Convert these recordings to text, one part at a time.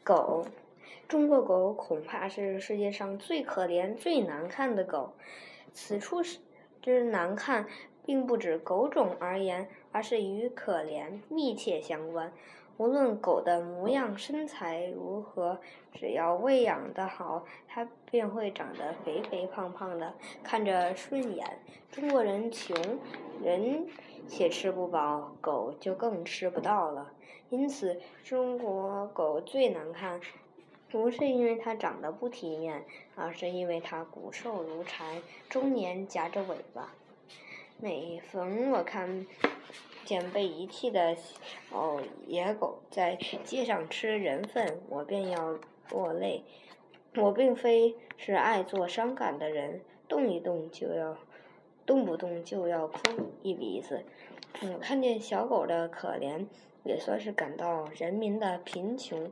狗，中国狗恐怕是世界上最可怜、最难看的狗。此处之难看，并不指狗种而言，而是与可怜密切相关。无论狗的模样、身材如何，只要喂养得好，它便会长得肥肥胖胖的，看着顺眼。中国人穷，人且吃不饱，狗就更吃不到了。因此，中国狗最难看，不是因为它长得不体面，而是因为它骨瘦如柴，中年夹着尾巴。每逢我看见被遗弃的野狗在街上吃人粪，我便要落泪。我并非是爱做伤感的人，动不动就要哭一鼻子。看见小狗的可怜，也算是感到人民的贫穷。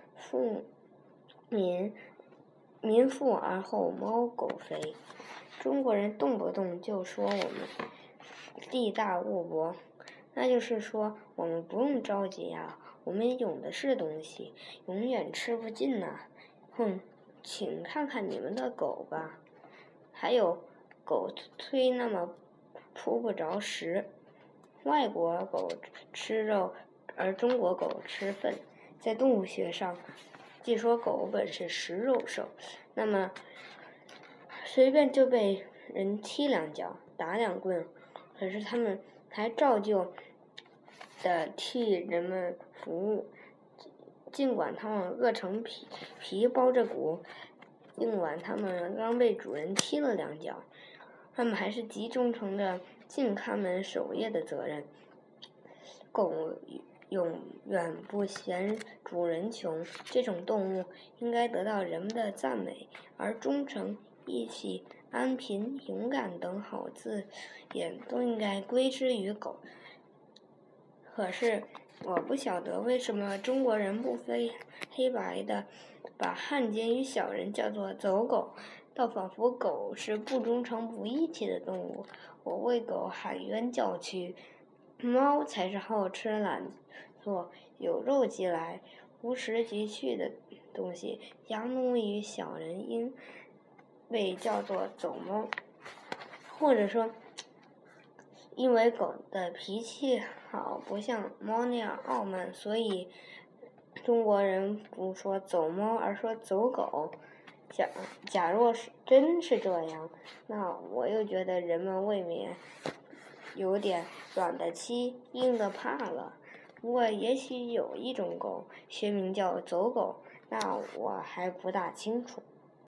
民富而后猫狗肥。中国人动不动就说我们地大物博，那就是说我们不用着急啊，我们有的是东西，永远吃不尽呐。请看看你们的狗吧，还有狗推那么扑不着食。外国狗吃肉，而中国狗吃粪。在动物学上，既说狗本是食肉兽，那么随便就被人踢两脚、打两棍，可是他们还照旧的替人们服务，尽管他们饿成皮包着骨，尽管他们刚被主人踢了两脚，他们还是极忠诚的尽看门守夜的责任。狗永远不嫌主人穷，这种动物应该得到人们的赞美，而忠诚、义气、安贫、勇敢等好字也都应该归之于狗。可是我不晓得为什么中国人不非黑白的把汉奸与小人叫做走狗，倒仿佛狗是不忠诚不义气的动物。我为狗喊冤叫屈，猫才是好吃懒做、有肉即来、无食即去的东西。羊奴与小人应被叫做走猫，或者说因为狗的脾气好，不像猫那样傲慢，所以中国人不说走猫，而说走狗。假若真是这样，那我又觉得人们未免有点软的欺，硬的怕了。不过也许有一种狗学名叫走狗，那我还不大清楚。